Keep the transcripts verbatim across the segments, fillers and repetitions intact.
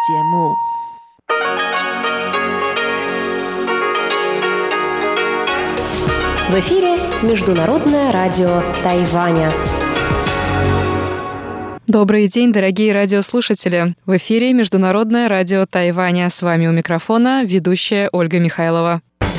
В эфире Международное радио Тайваня. Добрый день, дорогие радиослушатели! В эфире Международное радио Тайваня. С вами у микрофона ведущая Ольга Михайлова.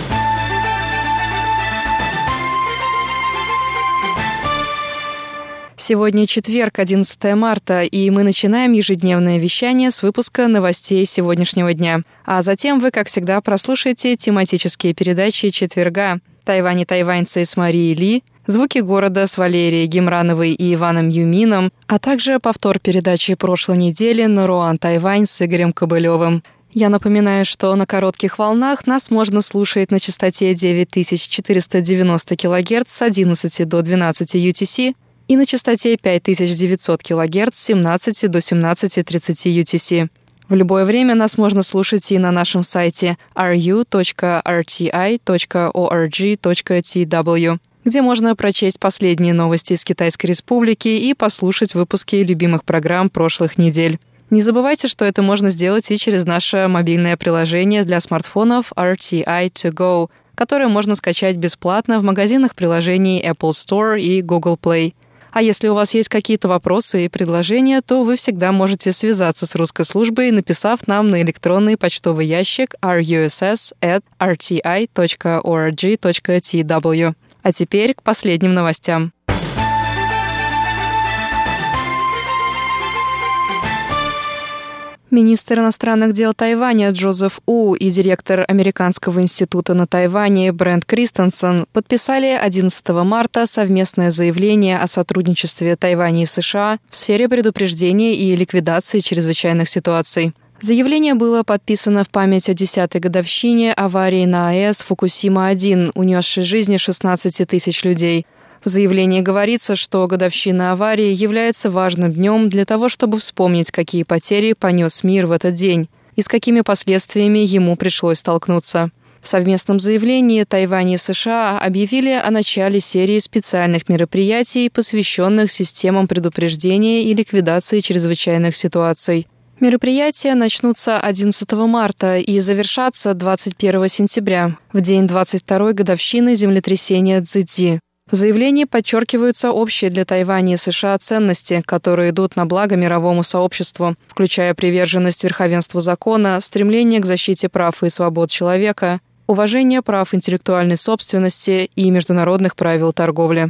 Сегодня четверг, одиннадцатое марта, и мы начинаем ежедневное вещание с выпуска новостей сегодняшнего дня. А затем вы, как всегда, прослушаете тематические передачи четверга «Тайвань и тайваньцы» с Марией Ли, «Звуки города» с Валерией Гемрановой и Иваном Юмином, а также повтор передачи прошлой недели «Наруан Тайвань» с Игорем Кобылевым. Я напоминаю, что на коротких волнах нас можно слушать на частоте девять тысяч четыреста девяносто килогерц с одиннадцати до двенадцати ю ти си и на частоте пять тысяч девятьсот килогерц с семнадцати до семнадцати тридцати ю ти си. В любое время нас можно слушать и на нашем сайте ар ю точка эр ти ай точка орг точка ти дабл ю, где можно прочесть последние новости из Китайской Республики и послушать выпуски любимых программ прошлых недель. Не забывайте, что это можно сделать и через наше мобильное приложение для смартфонов ар ти ай To Go, которое можно скачать бесплатно в магазинах приложений Apple Store и Google Play. А если у вас есть какие-то вопросы и предложения, то вы всегда можете связаться с русской службой, написав нам на электронный почтовый ящик ар ю эс эс at эр ти ай точка орг точка ти дабл ю. А теперь к последним новостям. Министр иностранных дел Тайваня Джозеф У и директор Американского института на Тайване Брент Кристенсен подписали одиннадцатого марта совместное заявление о сотрудничестве Тайваня и США в сфере предупреждения и ликвидации чрезвычайных ситуаций. Заявление было подписано в память о десятой годовщине аварии на АЭС Фукусима один, унесшей жизни шестнадцати тысяч людей. В заявлении говорится, что годовщина аварии является важным днем для того, чтобы вспомнить, какие потери понес мир в этот день и с какими последствиями ему пришлось столкнуться. В совместном заявлении Тайвань и США объявили о начале серии специальных мероприятий, посвященных системам предупреждения и ликвидации чрезвычайных ситуаций. Мероприятия начнутся одиннадцатого марта и завершатся двадцать первого сентября, в день двадцать второй годовщины землетрясения Цзыцзи. В заявлении подчеркиваются общие для Тайваня и США ценности, которые идут на благо мировому сообществу, включая приверженность верховенству закона, стремление к защите прав и свобод человека, уважение прав интеллектуальной собственности и международных правил торговли.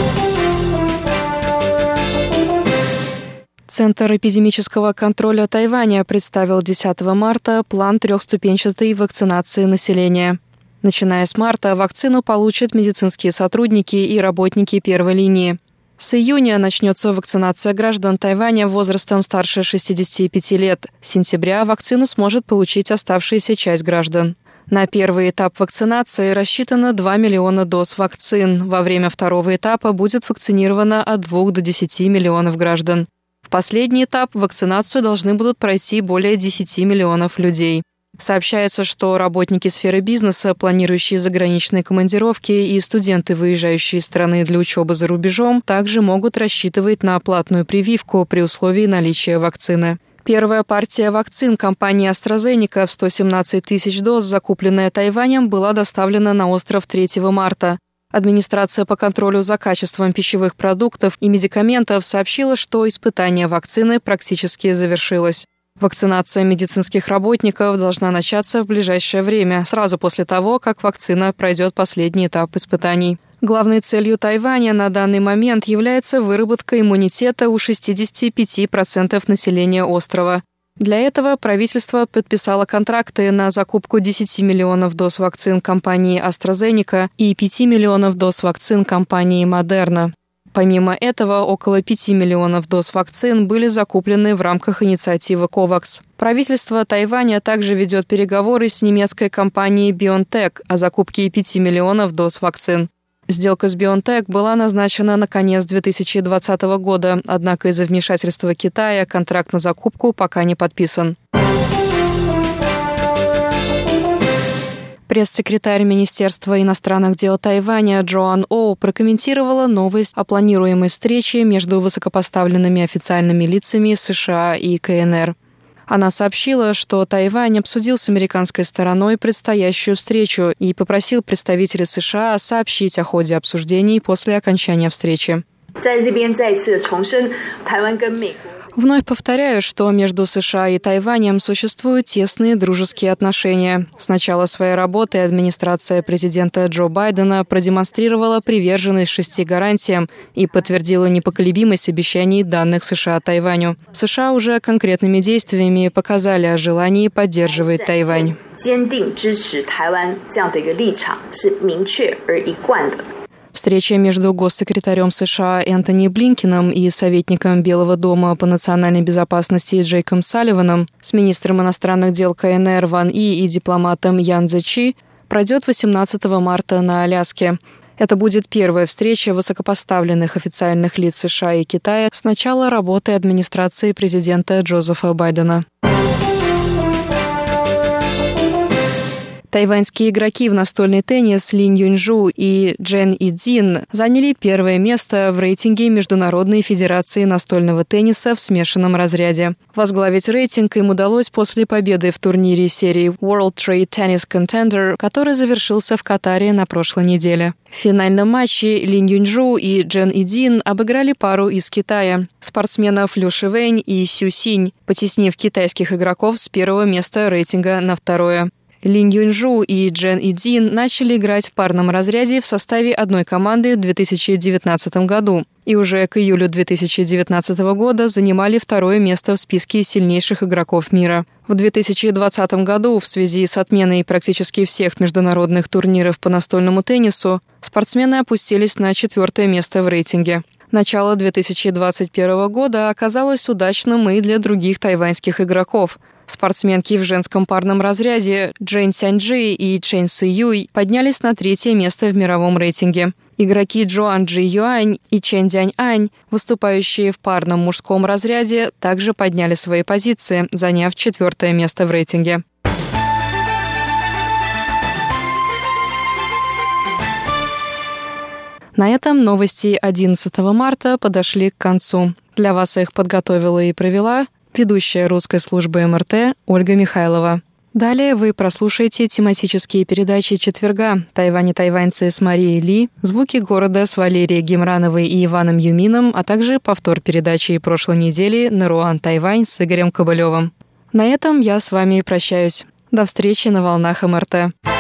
Центр эпидемического контроля Тайваня представил десятого марта план трехступенчатой вакцинации населения. Начиная с марта, вакцину получат медицинские сотрудники и работники первой линии. С июня начнется вакцинация граждан Тайваня возрастом старше шестидесяти пяти лет. С сентября вакцину сможет получить оставшаяся часть граждан. На первый этап вакцинации рассчитано два миллиона доз вакцин. Во время второго этапа будет вакцинировано от двух до десяти миллионов граждан. В последний этап вакцинацию должны будут пройти более десяти миллионов людей. Сообщается, что работники сферы бизнеса, планирующие заграничные командировки и студенты, выезжающие из страны для учебы за рубежом, также могут рассчитывать на платную прививку при условии наличия вакцины. Первая партия вакцин компании AstraZeneca в сто семнадцать тысяч доз, закупленная Тайванем, была доставлена на остров третьего марта. Администрация по контролю за качеством пищевых продуктов и медикаментов сообщила, что испытание вакцины практически завершилось. Вакцинация медицинских работников должна начаться в ближайшее время, сразу после того, как вакцина пройдет последний этап испытаний. Главной целью Тайваня на данный момент является выработка иммунитета у шестидесяти пяти процентов населения острова. Для этого правительство подписало контракты на закупку десяти миллионов доз вакцин компании AstraZeneca и пяти миллионов доз вакцин компании Moderna. Помимо этого, около пяти миллионов доз вакцин были закуплены в рамках инициативы ковакс. Правительство Тайваня также ведет переговоры с немецкой компанией BioNTech о закупке пяти миллионов доз вакцин. Сделка с BioNTech была назначена на конец две тысячи двадцатого года, однако из-за вмешательства Китая контракт на закупку пока не подписан. Пресс-секретарь Министерства иностранных дел Тайваня Джоан Оу прокомментировала новость о планируемой встрече между высокопоставленными официальными лицами США и ка эн эр. Она сообщила, что Тайвань обсудил с американской стороной предстоящую встречу и попросил представителей США сообщить о ходе обсуждений после окончания встречи. Вновь повторяю, что между США и Тайванем существуют тесные дружеские отношения. С начала своей работы администрация президента Джо Байдена продемонстрировала приверженность шести гарантиям и подтвердила непоколебимость обещаний, данных США Тайваню. США уже конкретными действиями показали о желании поддерживать Тайвань. Встреча между госсекретарем США Энтони Блинкеном и советником Белого дома по национальной безопасности Джейком Салливаном с министром иностранных дел КНР Ван И и дипломатом Ян Цзечи пройдет восемнадцатого марта на Аляске. Это будет первая встреча высокопоставленных официальных лиц США и Китая с начала работы администрации президента Джозефа Байдена. Тайваньские игроки в настольный теннис Линь Юньжу и Чжэн Идзин заняли первое место в рейтинге Международной федерации настольного тенниса в смешанном разряде. Возглавить рейтинг им удалось после победы в турнире серии World Trade Tennis Contender, который завершился в Катаре на прошлой неделе. В финальном матче Линь Юньжу и Чжэн Идзин обыграли пару из Китая – спортсменов Лю Шивэнь и Сю Синь, потеснив китайских игроков с первого места рейтинга на второе. Линь Юньжу и Чжэн Идзин начали играть в парном разряде в составе одной команды в две тысячи девятнадцатом году и уже к июлю две тысячи девятнадцатого года занимали второе место в списке сильнейших игроков мира. В две тысячи двадцатом году в связи с отменой практически всех международных турниров по настольному теннису спортсмены опустились на четвертое место в рейтинге. Начало две тысячи двадцать первого года оказалось удачным и для других тайваньских игроков. Спортсменки в женском парном разряде Джейн Сяньджи и Чэнь Сы Юй поднялись на третье место в мировом рейтинге. Игроки Джоан Джи Юань и Чэнь Дянь Ань, выступающие в парном мужском разряде, также подняли свои позиции, заняв четвертое место в рейтинге. На этом новости одиннадцатого марта подошли к концу. Для вас их подготовила и провела ведущая русской службы эм эр тэ Ольга Михайлова. Далее вы прослушаете тематические передачи четверга «Тайвань и тайваньцы» с Марией Ли, «Звуки города» с Валерией Гемрановой и Иваном Юмином, а также повтор передачи прошлой недели «Наруан Тайвань» с Игорем Кобылевым. На этом я с вами прощаюсь. До встречи на волнах эм эр тэ.